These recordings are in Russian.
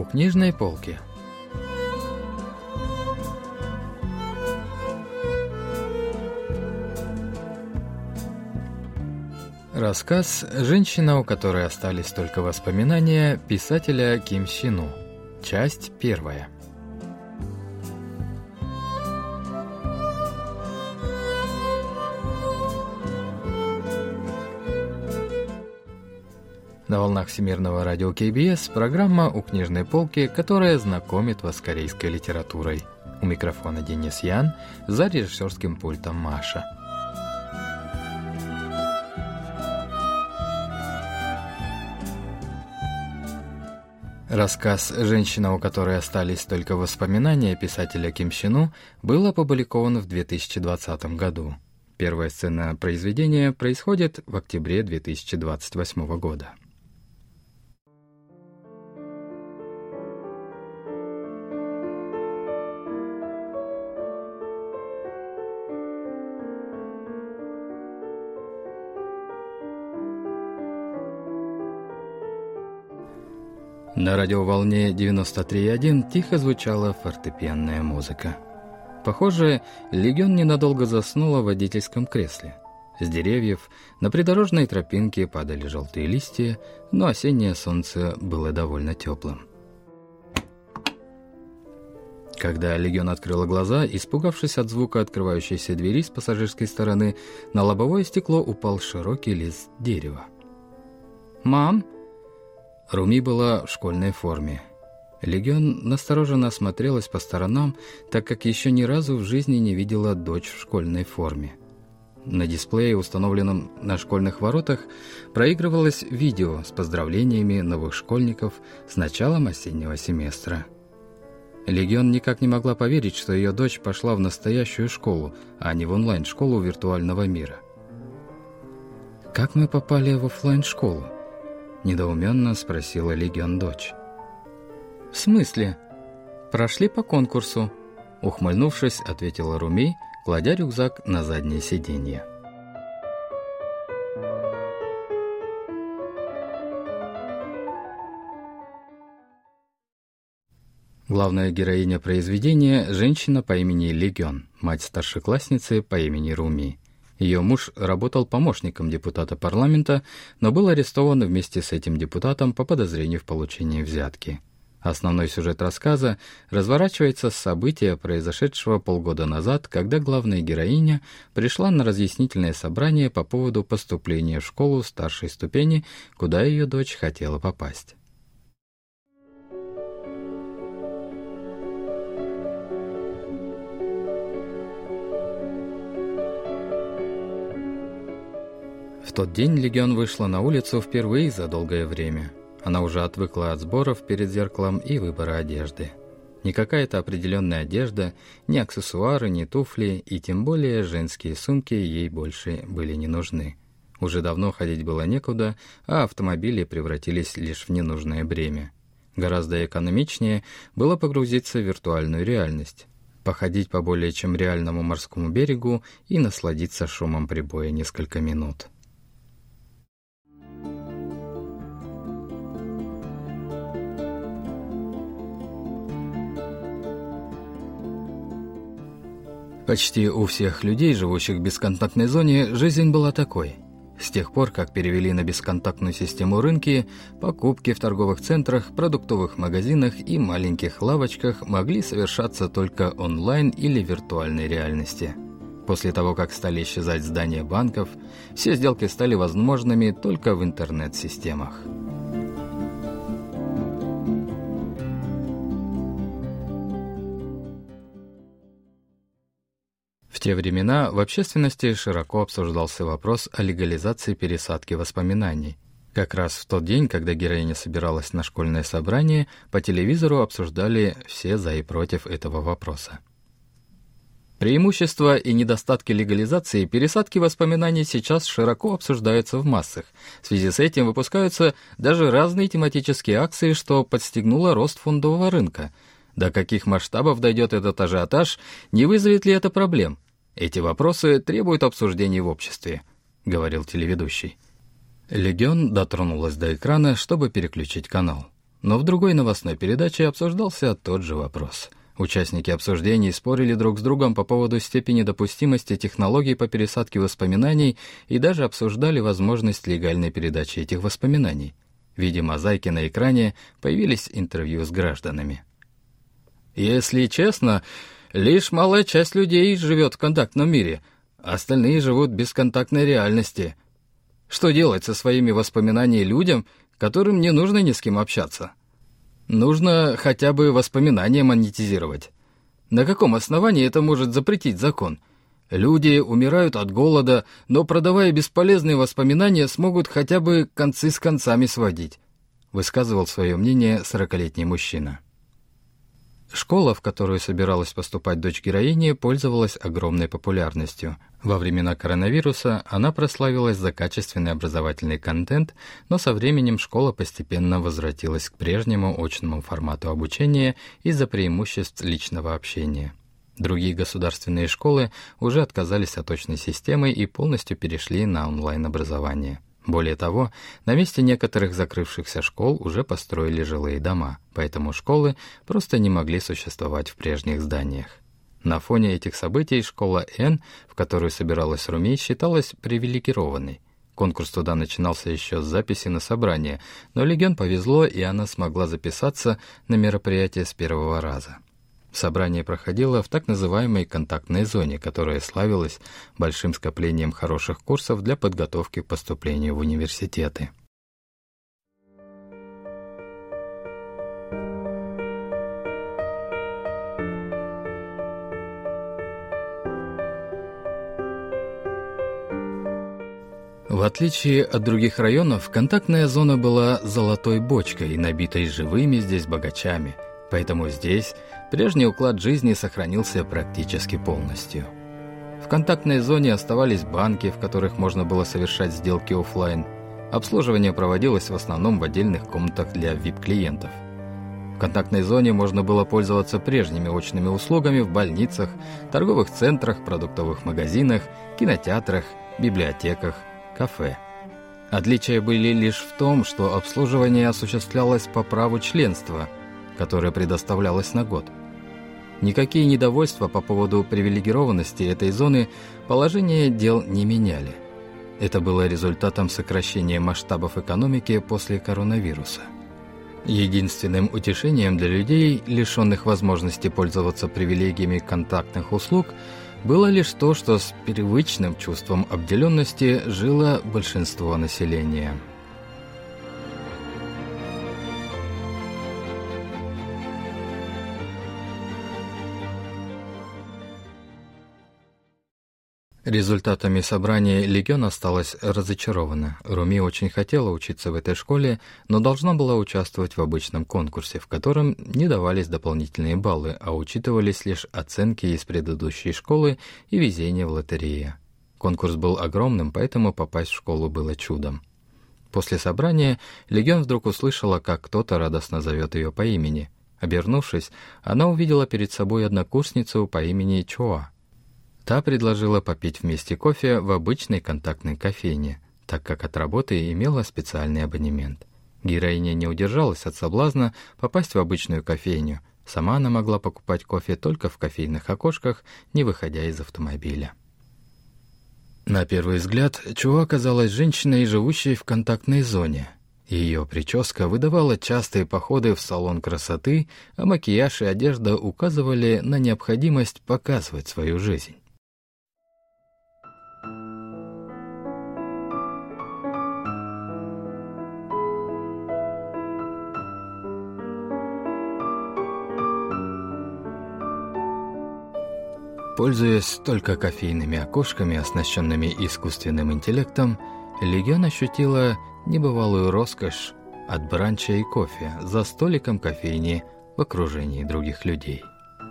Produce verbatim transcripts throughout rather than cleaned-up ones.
У книжной полки. Рассказ «Женщина, у которой остались только воспоминания» писателя Ким Сину. Часть первая. На волнах Всемирного радио кей би эс программа «У книжной полки», которая знакомит вас с корейской литературой. У микрофона Денис Ян, за режиссерским пультом Маша. Рассказ «Женщина, у которой остались только воспоминания» писателя Ким Сину был опубликован в две тысячи двадцатом году. Первая сцена произведения происходит в октябре две тысячи двадцать восьмого года. На радиоволне девяносто три и один тихо звучала фортепианная музыка. Похоже, Ли Гён ненадолго заснула в водительском кресле. С деревьев на придорожной тропинке падали желтые листья, но осеннее солнце было довольно теплым. Когда Ли Гён открыла глаза, испугавшись от звука открывающейся двери с пассажирской стороны, на лобовое стекло упал широкий лист дерева. «Мам!» Руми была в школьной форме. Ли Гён настороженно осмотрелась по сторонам, так как еще ни разу в жизни не видела дочь в школьной форме. На дисплее, установленном на школьных воротах, проигрывалось видео с поздравлениями новых школьников с началом осеннего семестра. Ли Гён никак не могла поверить, что ее дочь пошла в настоящую школу, а не в онлайн-школу виртуального мира. «Как мы попали в офлайн-школу?» — недоуменно спросила Ли Гён дочь. «В смысле? Прошли по конкурсу», — ухмыльнувшись, ответила Руми, кладя рюкзак на заднее сиденье. Главная героиня произведения — женщина по имени Ли Гён, мать старшеклассницы по имени Руми. Ее муж работал помощником депутата парламента, но был арестован вместе с этим депутатом по подозрению в получении взятки. Основной сюжет рассказа разворачивается с события, произошедшего полгода назад, когда главная героиня пришла на разъяснительное собрание по поводу поступления в школу старшей ступени, куда ее дочь хотела попасть. В тот день Ли Гён вышла на улицу впервые за долгое время. Она уже отвыкла от сборов перед зеркалом и выбора одежды. Ни какая-то определенная одежда, ни аксессуары, ни туфли, и тем более женские сумки ей больше были не нужны. Уже давно ходить было некуда, а автомобили превратились лишь в ненужное бремя. Гораздо экономичнее было погрузиться в виртуальную реальность, походить по более чем реальному морскому берегу и насладиться шумом прибоя несколько минут. Почти у всех людей, живущих в бесконтактной зоне, жизнь была такой. С тех пор, как перевели на бесконтактную систему рынки, покупки в торговых центрах, продуктовых магазинах и маленьких лавочках могли совершаться только онлайн или в виртуальной реальности. После того, как стали исчезать здания банков, все сделки стали возможными только в интернет-системах. В те времена в общественности широко обсуждался вопрос о легализации пересадки воспоминаний. Как раз в тот день, когда героиня собиралась на школьное собрание, по телевизору обсуждали все за и против этого вопроса. Преимущества и недостатки легализации пересадки воспоминаний сейчас широко обсуждаются в массах. В связи с этим выпускаются даже разные тематические акции, что подстегнуло рост фондового рынка. До каких масштабов дойдет этот ажиотаж, не вызовет ли это проблем? Эти вопросы требуют обсуждений в обществе, — говорил телеведущий. Ли Гён дотронулась до экрана, чтобы переключить канал. Но в другой новостной передаче обсуждался тот же вопрос. Участники обсуждений спорили друг с другом по поводу степени допустимости технологий по пересадке воспоминаний и даже обсуждали возможность легальной передачи этих воспоминаний. В виде мозаики на экране появились интервью с гражданами. Если честно, лишь малая часть людей живет в контактном мире, а остальные живут в бесконтактной реальности. Что делать со своими воспоминаниями людям, которым не нужно ни с кем общаться? Нужно хотя бы воспоминания монетизировать. На каком основании это может запретить закон? Люди умирают от голода, но, продавая бесполезные воспоминания, смогут хотя бы концы с концами сводить, высказывал свое мнение сорокалетний мужчина. Школа, в которую собиралась поступать дочь героини, пользовалась огромной популярностью. Во времена коронавируса она прославилась за качественный образовательный контент, но со временем школа постепенно возвратилась к прежнему очному формату обучения из-за преимуществ личного общения. Другие государственные школы уже отказались от очной системы и полностью перешли на онлайн-образование. Более того, на месте некоторых закрывшихся школ уже построили жилые дома, поэтому школы просто не могли существовать в прежних зданиях. На фоне этих событий школа Н, в которую собиралась Руми, считалась привилегированной. Конкурс туда начинался еще с записи на собрание, но Легён повезло, и она смогла записаться на мероприятие с первого раза. Собрание проходило в так называемой контактной зоне, которая славилась большим скоплением хороших курсов для подготовки к поступлению в университеты. В отличие от других районов, контактная зона была золотой бочкой, набитой живыми здесь богачами, поэтому здесь прежний уклад жизни сохранился практически полностью. В контактной зоне оставались банки, в которых можно было совершать сделки офлайн. Обслуживание проводилось в основном в отдельных комнатах для ви ай пи-клиентов. В контактной зоне можно было пользоваться прежними очными услугами в больницах, торговых центрах, продуктовых магазинах, кинотеатрах, библиотеках, кафе. Отличия были лишь в том, что обслуживание осуществлялось по праву членства, которое предоставлялось на год. Никакие недовольства по поводу привилегированности этой зоны положение дел не меняли. Это было результатом сокращения масштабов экономики после коронавируса. Единственным утешением для людей, лишенных возможности пользоваться привилегиями контактных услуг, было лишь то, что с привычным чувством обделенности жило большинство населения. Результатами собрания Легён осталась разочарована. Руми очень хотела учиться в этой школе, но должна была участвовать в обычном конкурсе, в котором не давались дополнительные баллы, а учитывались лишь оценки из предыдущей школы и везение в лотерее. Конкурс был огромным, поэтому попасть в школу было чудом. После собрания Легён вдруг услышала, как кто-то радостно зовет ее по имени. Обернувшись, она увидела перед собой однокурсницу по имени Чоа. Та предложила попить вместе кофе в обычной контактной кофейне, так как от работы имела специальный абонемент. Героиня не удержалась от соблазна попасть в обычную кофейню. Сама она могла покупать кофе только в кофейных окошках, не выходя из автомобиля. На первый взгляд, Чуа оказалась женщиной, живущей в контактной зоне. Ее прическа выдавала частые походы в салон красоты, а макияж и одежда указывали на необходимость показывать свою жизнь. Пользуясь только кофейными окошками, оснащенными искусственным интеллектом, Легён ощутила небывалую роскошь от бранча и кофе за столиком кофейни в окружении других людей.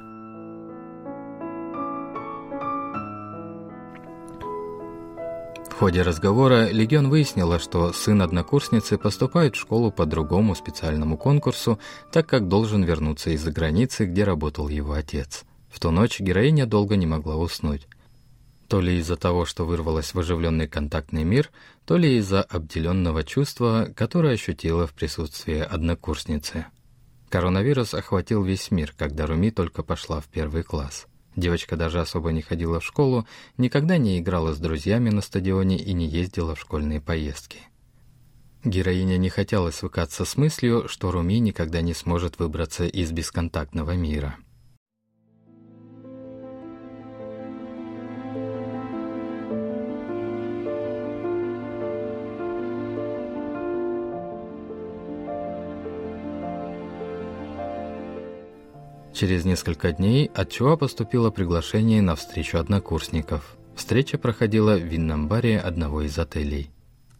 В ходе разговора Легён выяснила, что сын однокурсницы поступает в школу по другому специальному конкурсу, так как должен вернуться из-за границы, где работал его отец. В ту ночь героиня долго не могла уснуть. То ли из-за того, что вырвалась в оживленный контактный мир, то ли из-за обделенного чувства, которое ощутила в присутствии однокурсницы. Коронавирус охватил весь мир, когда Руми только пошла в первый класс. Девочка даже особо не ходила в школу, никогда не играла с друзьями на стадионе и не ездила в школьные поездки. Героиня не хотела свыкаться с мыслью, что Руми никогда не сможет выбраться из бесконтактного мира. Через несколько дней от Чуа поступило приглашение на встречу однокурсников. Встреча проходила в винном баре одного из отелей.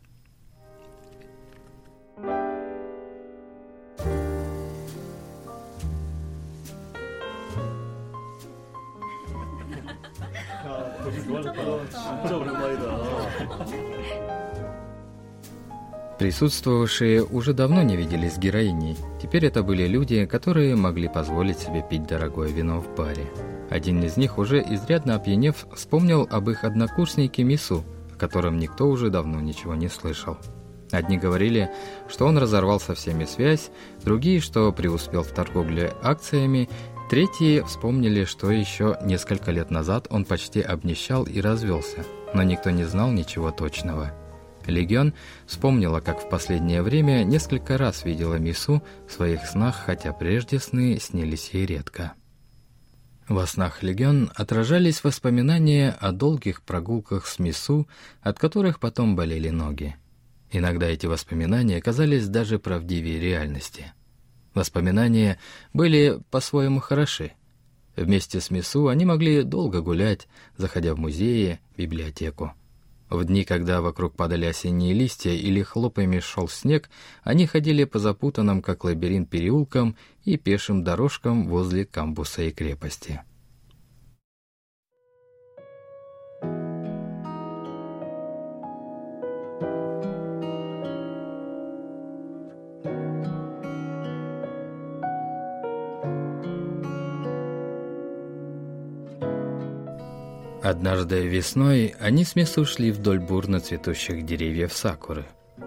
Присутствовавшие уже давно не виделись с героиней. Теперь это были люди, которые могли позволить себе пить дорогое вино в баре. Один из них, уже изрядно опьянев, вспомнил об их однокурснике Мису, о котором никто уже давно ничего не слышал. Одни говорили, что он разорвал со всеми связь, другие, что преуспел в торговле акциями, третьи вспомнили, что еще несколько лет назад он почти обнищал и развелся, но никто не знал ничего точного. Легион вспомнила, как в последнее время несколько раз видела Мису в своих снах, хотя прежде сны снились ей редко. Во снах Легион отражались воспоминания о долгих прогулках с Мису, от которых потом болели ноги. Иногда эти воспоминания казались даже правдивее реальности. Воспоминания были по-своему хороши. Вместе с Мису они могли долго гулять, заходя в музеи, библиотеку. В дни, когда вокруг падали осенние листья или хлопьями шел снег, они ходили по запутанным, как лабиринт, переулкам и пешим дорожкам возле камбуса и крепости. Однажды весной они с Мису шли вдоль бурно цветущих деревьев сакуры.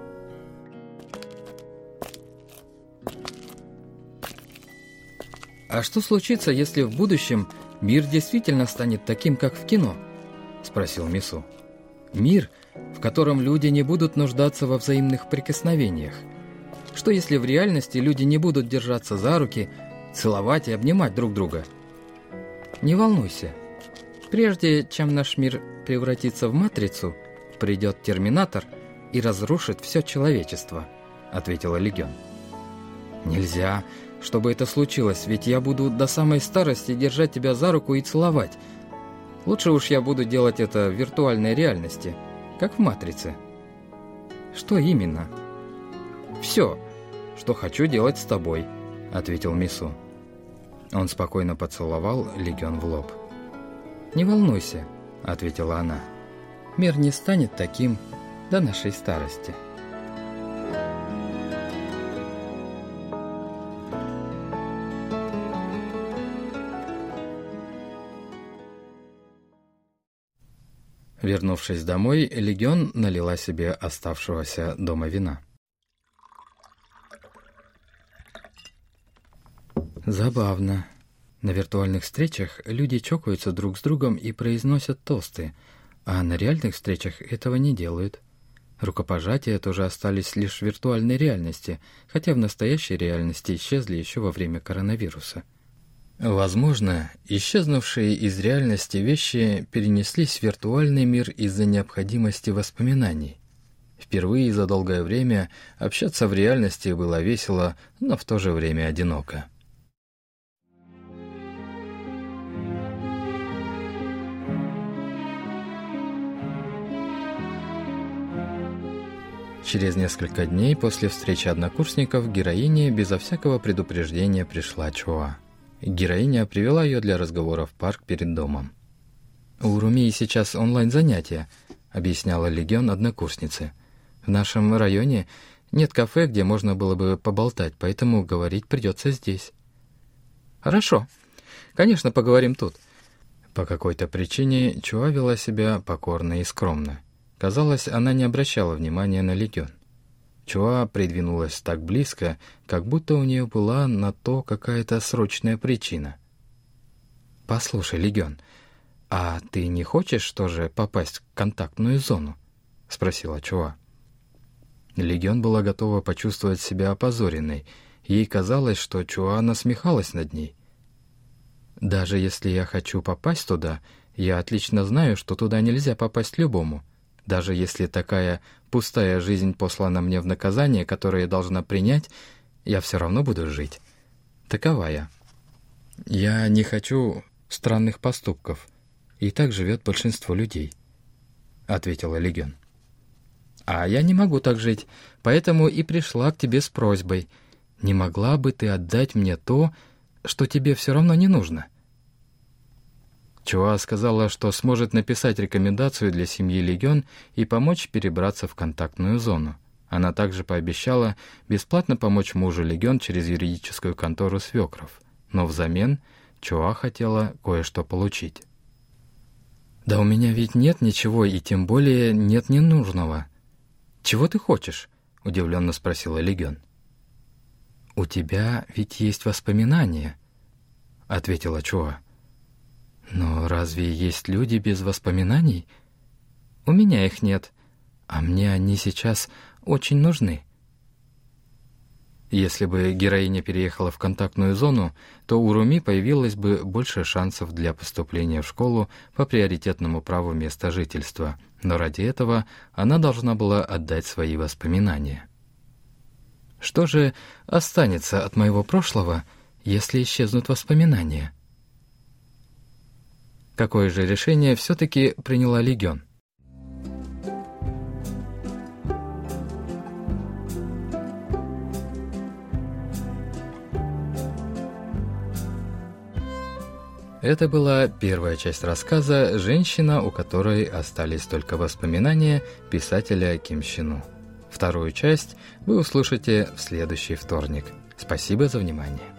«А что случится, если в будущем мир действительно станет таким, как в кино?» – спросил Мису. «Мир, в котором люди не будут нуждаться во взаимных прикосновениях. Что если в реальности люди не будут держаться за руки, целовать и обнимать друг друга?» «Не волнуйся. Прежде чем наш мир превратится в матрицу, придет Терминатор и разрушит все человечество», — ответила Легион. «Нельзя, чтобы это случилось, ведь я буду до самой старости держать тебя за руку и целовать. Лучше уж я буду делать это в виртуальной реальности, как в матрице». «Что именно?» «Все, что хочу делать с тобой», — ответил Мису. Он спокойно поцеловал Легион в лоб. «Не волнуйся», — ответила она. «Мир не станет таким до нашей старости». Вернувшись домой, Легион налила себе оставшегося дома вина. Забавно. На виртуальных встречах люди чокаются друг с другом и произносят тосты, а на реальных встречах этого не делают. Рукопожатия тоже остались лишь в виртуальной реальности, хотя в настоящей реальности исчезли еще во время коронавируса. Возможно, исчезнувшие из реальности вещи перенеслись в виртуальный мир из-за необходимости воспоминаний. Впервые за долгое время общаться в реальности было весело, но в то же время одиноко. Через несколько дней после встречи однокурсников героиня безо всякого предупреждения пришла Чуа. Героиня привела ее для разговора в парк перед домом. «У Румии сейчас онлайн-занятия», — объясняла Легион однокурснице. «В нашем районе нет кафе, где можно было бы поболтать, поэтому говорить придется здесь». «Хорошо. Конечно, поговорим тут. По какой-то причине Чуа вела себя покорно и скромно. Казалось, она не обращала внимания на Легён. Чуа придвинулась так близко, как будто у нее была на то какая-то срочная причина. «Послушай, Легён, а ты не хочешь тоже попасть в контактную зону?» — спросила Чуа. Легён была готова почувствовать себя опозоренной. Ей казалось, что Чуа насмехалась над ней. «Даже если я хочу попасть туда, я отлично знаю, что туда нельзя попасть любому. Даже если такая пустая жизнь послана мне в наказание, которое я должна принять, я все равно буду жить. Такова я. Я не хочу странных поступков, и так живет большинство людей», — ответила Легён. «А я не могу так жить, поэтому и пришла к тебе с просьбой. Не могла бы ты отдать мне то, что тебе все равно не нужно?» Чуа сказала, что сможет написать рекомендацию для семьи Легён и помочь перебраться в контактную зону. Она также пообещала бесплатно помочь мужу Легён через юридическую контору свекров, но взамен Чуа хотела кое-что получить. «Да у меня ведь нет ничего, и тем более нет ненужного. Чего ты хочешь?» — удивленно спросила Легён. «У тебя ведь есть воспоминания», — ответила Чуа. «Но разве есть люди без воспоминаний? У меня их нет, а мне они сейчас очень нужны». Если бы героиня переехала в контактную зону, то у Руми появилось бы больше шансов для поступления в школу по приоритетному праву места жительства, но ради этого она должна была отдать свои воспоминания. Что же останется от моего прошлого, если исчезнут воспоминания? Какое же решение все-таки приняла Легён? Это была первая часть рассказа «Женщина, у которой остались только воспоминания» писателя Ким Щину. Вторую часть вы услышите в следующий вторник. Спасибо за внимание.